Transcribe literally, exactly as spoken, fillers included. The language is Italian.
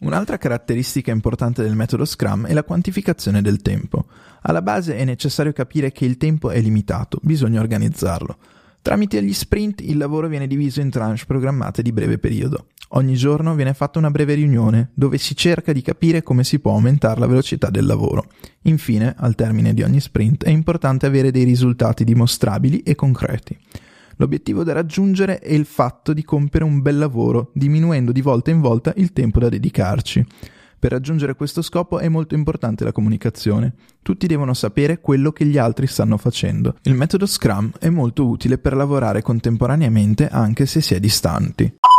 Un'altra caratteristica importante del metodo Scrum è la quantificazione del tempo. Alla base è necessario capire che il tempo è limitato, bisogna organizzarlo. Tramite gli sprint il lavoro viene diviso in tranche programmate di breve periodo. Ogni giorno viene fatta una breve riunione dove si cerca di capire come si può aumentare la velocità del lavoro. Infine, al termine di ogni sprint è importante avere dei risultati dimostrabili e concreti. L'obiettivo da raggiungere è il fatto di compiere un bel lavoro, diminuendo di volta in volta il tempo da dedicarci. Per raggiungere questo scopo è molto importante la comunicazione. Tutti devono sapere quello che gli altri stanno facendo. Il metodo Scrum è molto utile per lavorare contemporaneamente anche se si è distanti.